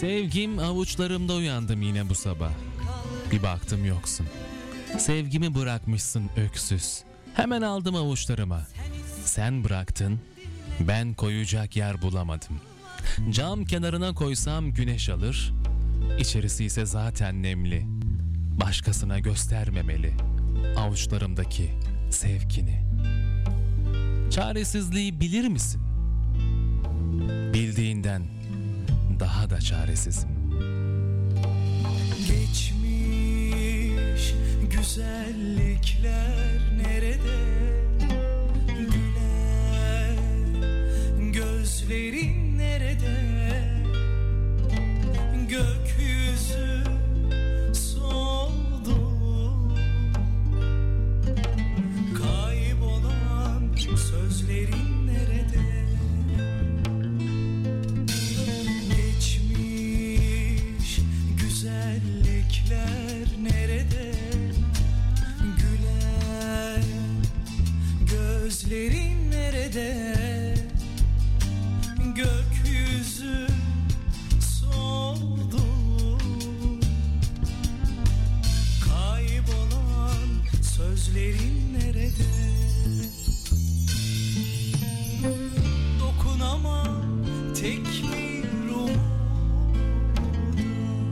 Sevgim avuçlarımda uyandım yine bu sabah. Bir baktım yoksun. Sevgimi bırakmışsın öksüz. Hemen aldım avuçlarıma. Sen bıraktın, ben koyacak yer bulamadım. Cam kenarına koysam güneş alır, İçerisi ise zaten nemli. Başkasına göstermemeli avuçlarımdaki sevgini. Çaresizliği bilir misin? Bildiğinden daha da çaresizim. Geçmiş güzellikler nerede? Gülen gözlerin nerede? Gökyüzü soldu, kaybolan sözlerin nerede? Geçmiş güzellikler nerede? Gülen gözlerin nerede? Gökyüzü soldu, kaybolan sözlerin nerede? Dokunamam tek bir umuda,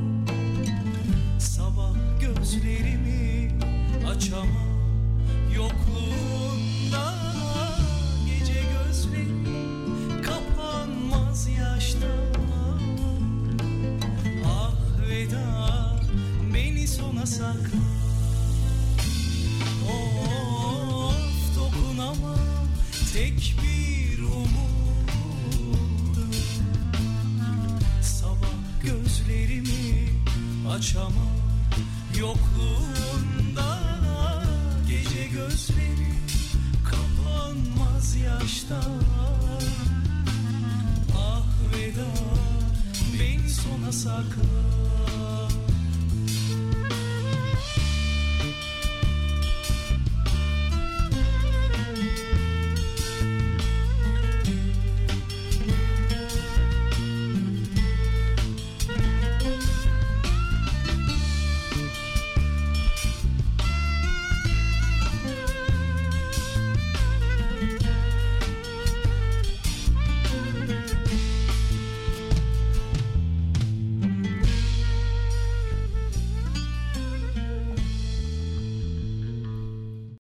sabah gözlerimi açamam yokluğunda, gece gözlerim kapanmaz yaşta. Ah veda, beni sona sakla. Of, dokunamam tek bir umuda, sabah gözlerimi açamam yokluğunda, gece gözlerim kapanmaz yaşta. Ah veda, beni sona sakla.